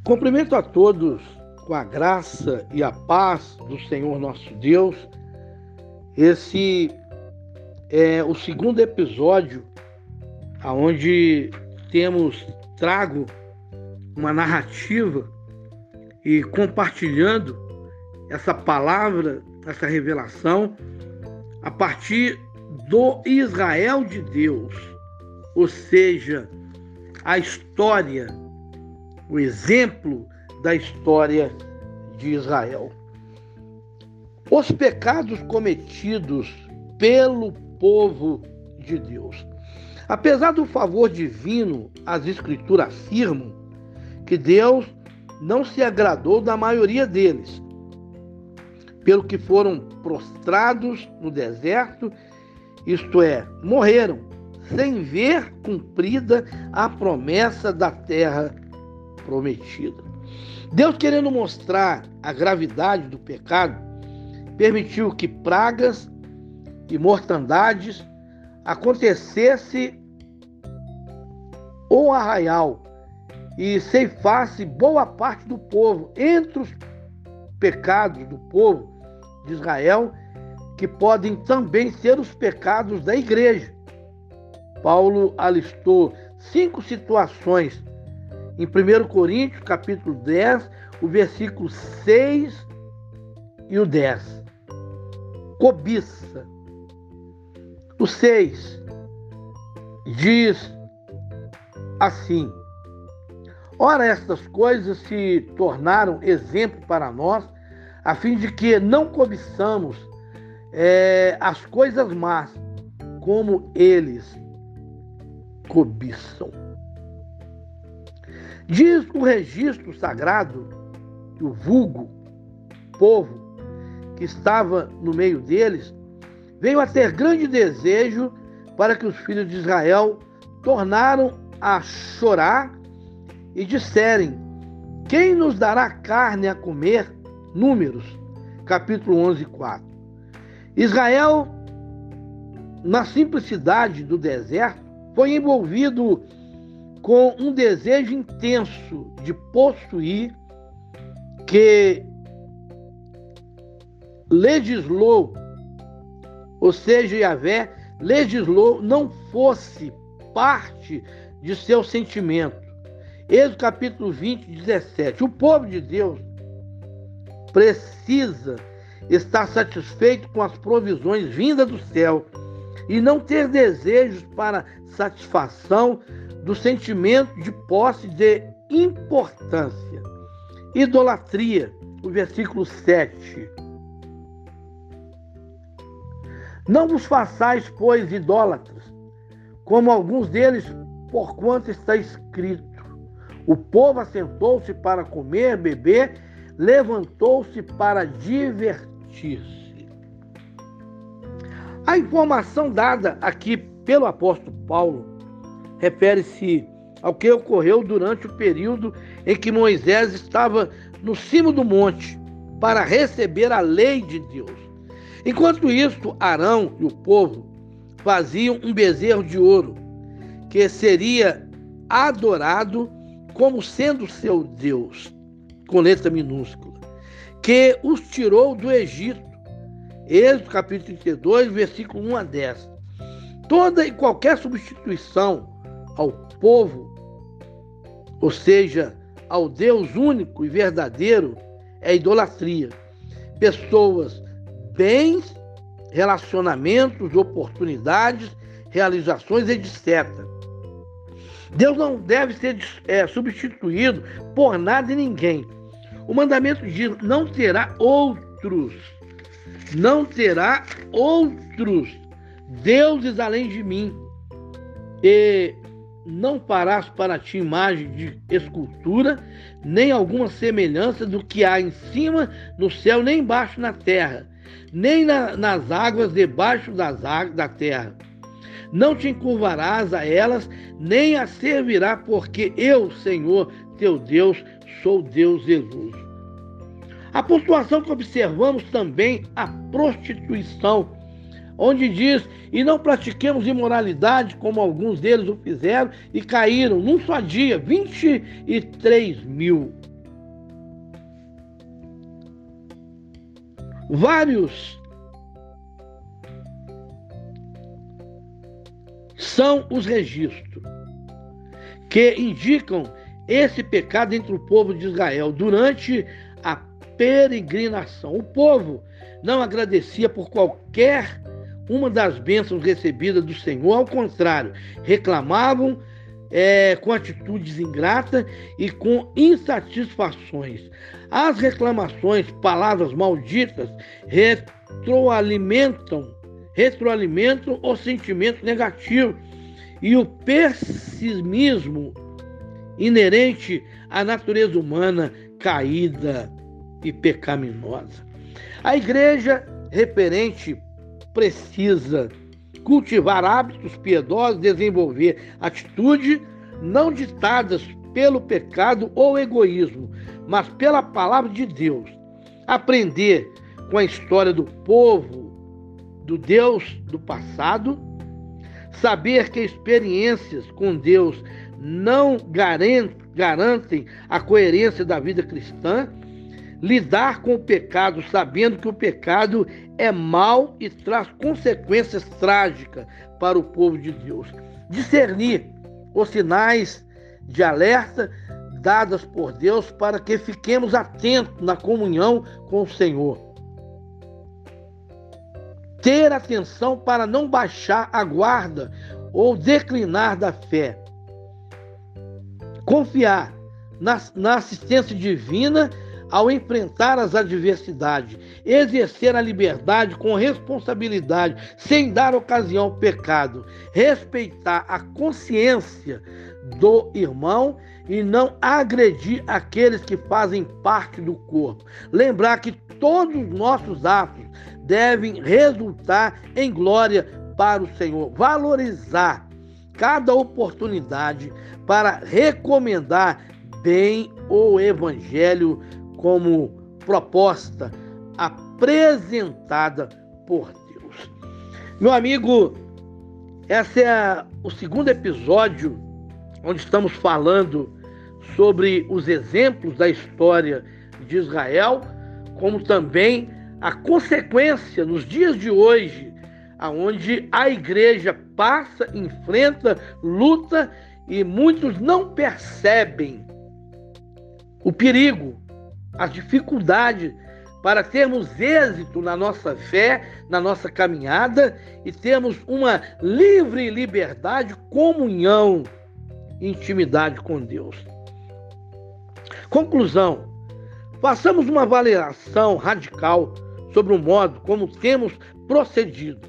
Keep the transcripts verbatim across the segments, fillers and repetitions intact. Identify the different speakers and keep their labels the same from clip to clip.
Speaker 1: Cumprimento a todos com a graça e a paz do Senhor nosso Deus. Esse é o segundo episódio onde temos trago uma narrativa e compartilhando essa palavra, essa revelação a partir do Israel de Deus, ou seja, a história, o exemplo da história de Israel. Os pecados cometidos pelo povo de Deus. Apesar do favor divino, as Escrituras afirmam que Deus não se agradou da maioria deles, pelo que foram prostrados no deserto, isto é, morreram, sem ver cumprida a promessa da terra prometida. Deus, querendo mostrar a gravidade do pecado, permitiu que pragas e mortandades acontecesse ou arraial e ceifasse boa parte do povo. Entre os pecados do povo de Israel, que podem também ser os pecados da igreja. Paulo alistou cinco situações em primeiro Coríntios, capítulo dez, o versículo seis e o dez. Cobiça. O seis diz assim: ora, estas coisas se tornaram exemplo para nós, a fim de que não cobiçamos é, as coisas más, como eles cobiçam. Diz o registro sagrado que o vulgo povo que estava no meio deles veio a ter grande desejo para que os filhos de Israel tornaram a chorar e disserem: quem nos dará carne a comer? Números, capítulo onze, quatro. Israel, na simplicidade do deserto, foi envolvido com um desejo intenso de possuir, que legislou, ou seja, Yahvé legislou, não fosse parte de seu sentimento. Êxodo capítulo vinte, dezessete. O povo de Deus precisa estar satisfeito com as provisões vindas do céu e não ter desejos para satisfação do sentimento de posse de importância. Idolatria, o versículo sete. Não vos façais, pois, idólatras, como alguns deles, porquanto está escrito: o povo assentou-se para comer, beber, levantou-se para divertir-se. A informação dada aqui pelo apóstolo Paulo refere-se ao que ocorreu durante o período em que Moisés estava no cimo do monte para receber a lei de Deus. Enquanto isso, Arão e o povo faziam um bezerro de ouro, que seria adorado como sendo seu Deus, com letra minúscula, que os tirou do Egito. Êxodo capítulo trinta e dois, versículo um a dez. Toda e qualquer substituição ao povo, ou seja, ao Deus único e verdadeiro, é idolatria. Pessoas, bens, relacionamentos, oportunidades, realizações, etcétera. Deus não deve ser é, substituído por nada e ninguém. O mandamento diz: não terá outros, não terá outros deuses além de mim, e não farás para ti imagem de escultura, nem alguma semelhança do que há em cima no céu, nem embaixo na terra, nem na, nas águas debaixo das águas da terra. Não te encurvarás a elas, nem a servirá, porque eu, Senhor, teu Deus, sou Deus zeloso. A pontuação que observamos também a prostituição, onde diz: e não pratiquemos imoralidade, como alguns deles o fizeram, e caíram num só dia vinte e três mil. Vários são os registros que indicam esse pecado entre o povo de Israel durante a peregrinação. O povo não agradecia por qualquer uma das bênçãos recebidas do Senhor, ao contrário, reclamavam é, com atitudes ingratas e com insatisfações. As reclamações, palavras malditas, retroalimentam, retroalimentam os sentimentos negativos e o pessimismo inerente à natureza humana caída e pecaminosa. A igreja referente precisa cultivar hábitos piedosos, desenvolver atitudes não ditadas pelo pecado ou egoísmo, mas pela palavra de Deus. Aprender com a história do povo, do Deus do passado, saber que experiências com Deus não garantem a coerência da vida cristã, lidar com o pecado sabendo que o pecado é mau e traz consequências trágicas para o povo de Deus. Discernir os sinais de alerta dadas por Deus para que fiquemos atentos na comunhão com o Senhor. Ter atenção para não baixar a guarda ou declinar da fé. Confiar na, na assistência divina ao enfrentar as adversidades, exercer a liberdade com responsabilidade, sem dar ocasião ao pecado, respeitar a consciência do irmão e não agredir aqueles que fazem parte do corpo. Lembrar que todos os nossos atos devem resultar em glória para o Senhor. Valorizar cada oportunidade para recomendar bem o Evangelho como proposta apresentada por Deus. Meu amigo, esse é o segundo episódio onde estamos falando sobre os exemplos da história de Israel, como também a consequência nos dias de hoje, aonde a igreja passa, enfrenta, luta e muitos não percebem o perigo, as dificuldades para termos êxito na nossa fé, na nossa caminhada e termos uma livre liberdade, comunhão, intimidade com Deus. Conclusão: façamos uma avaliação radical sobre o modo como temos procedido.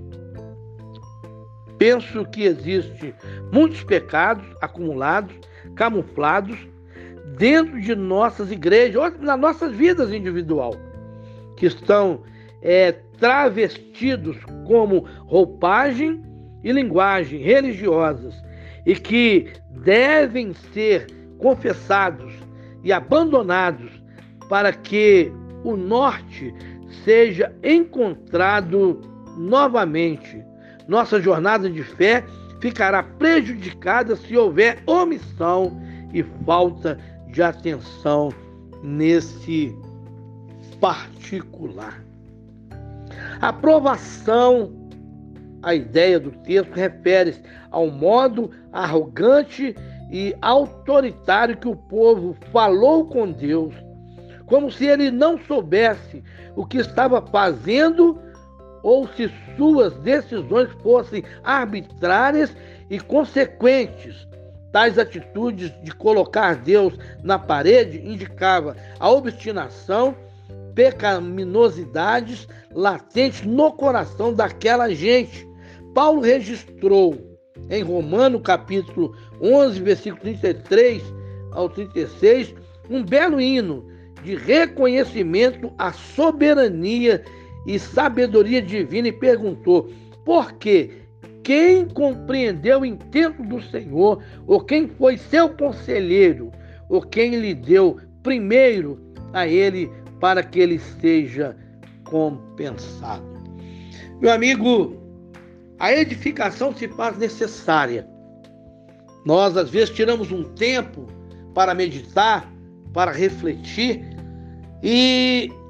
Speaker 1: Penso que existem muitos pecados acumulados, camuflados, dentro de nossas igrejas, ou nas nossas vidas individuais, que estão é, travestidos como roupagem e linguagem religiosas e que devem ser confessados e abandonados para que o norte seja encontrado novamente. Nossa jornada de fé ficará prejudicada se houver omissão e falta de atenção nesse particular. A aprovação, a ideia do texto, refere-se ao modo arrogante e autoritário que o povo falou com Deus, como se ele não soubesse o que estava fazendo ou se suas decisões fossem arbitrárias e consequentes. Tais atitudes de colocar Deus na parede indicava a obstinação, pecaminosidades latentes no coração daquela gente. Paulo registrou em Romanos capítulo onze, versículo trinta e três ao trinta e seis, um belo hino de reconhecimento à soberania e sabedoria divina e perguntou: por quê? Quem compreendeu o intento do Senhor, ou quem foi seu conselheiro, ou quem lhe deu primeiro a ele para que ele seja compensado? Meu amigo, a edificação se faz necessária. Nós, às vezes, tiramos um tempo para meditar, para refletir, e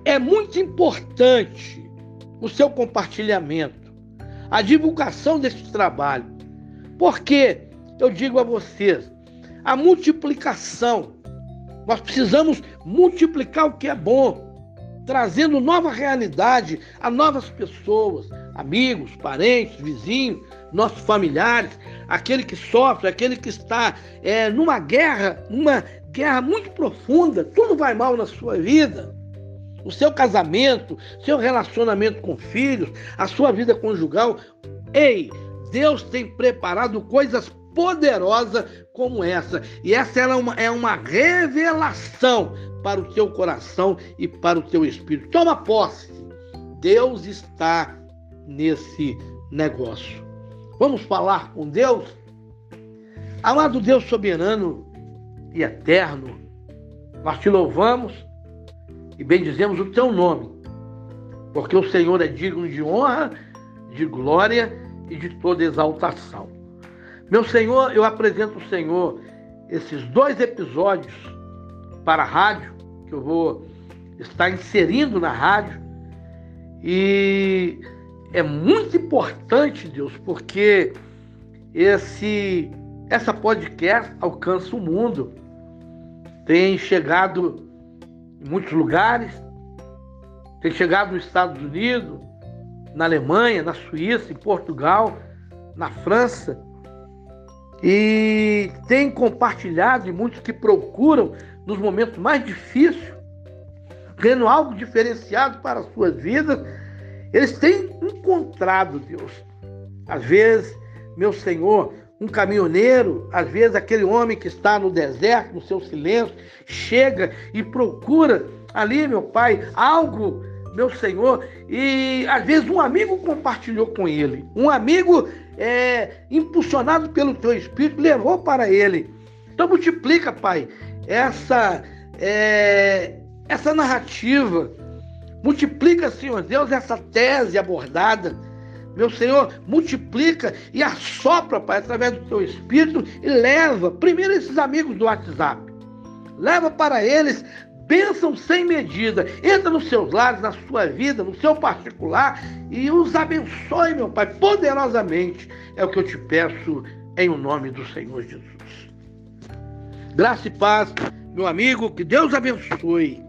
Speaker 1: é muito importante o seu compartilhamento, a divulgação desse trabalho. Porque eu digo a vocês, a multiplicação, nós precisamos multiplicar o que é bom, trazendo nova realidade a novas pessoas, amigos, parentes, vizinhos, nossos familiares, aquele que sofre, aquele que está é, numa guerra, numa guerra muito profunda, tudo vai mal na sua vida. O seu casamento, seu relacionamento com filhos, a sua vida conjugal. Ei, Deus tem preparado coisas poderosas como essa. E essa é uma, é uma revelação para o teu coração e para o teu espírito. Toma posse. Deus está nesse negócio. Vamos falar com Deus? Amado Deus soberano e eterno, nós te louvamos e bendizemos o teu nome, porque o Senhor é digno de honra, de glória e de toda exaltação. Meu Senhor, eu apresento ao Senhor esses dois episódios para a rádio, que eu vou estar inserindo na rádio, e é muito importante, Deus, porque esse, essa podcast alcança o mundo, tem chegado em muitos lugares, tem chegado nos Estados Unidos, na Alemanha, na Suíça, em Portugal, na França, e tem compartilhado, e muitos que procuram nos momentos mais difíceis, tendo algo diferenciado para as suas vidas, eles têm encontrado, Deus, às vezes, meu Senhor, um caminhoneiro, às vezes aquele homem que está no deserto, no seu silêncio, chega e procura ali, meu Pai, algo, meu Senhor, e às vezes um amigo compartilhou com ele, um amigo é, impulsionado pelo teu Espírito levou para ele. Então multiplica, Pai, essa, é, essa narrativa, multiplica, Senhor Deus, essa tese abordada. Meu Senhor, multiplica e assopra, Pai, através do teu Espírito e leva, primeiro, esses amigos do WhatsApp. Leva para eles bênção sem medida. Entra nos seus lares, na sua vida, no seu particular e os abençoe, meu Pai, poderosamente. É o que eu te peço em o nome do Senhor Jesus. Graça e paz, meu amigo, que Deus abençoe.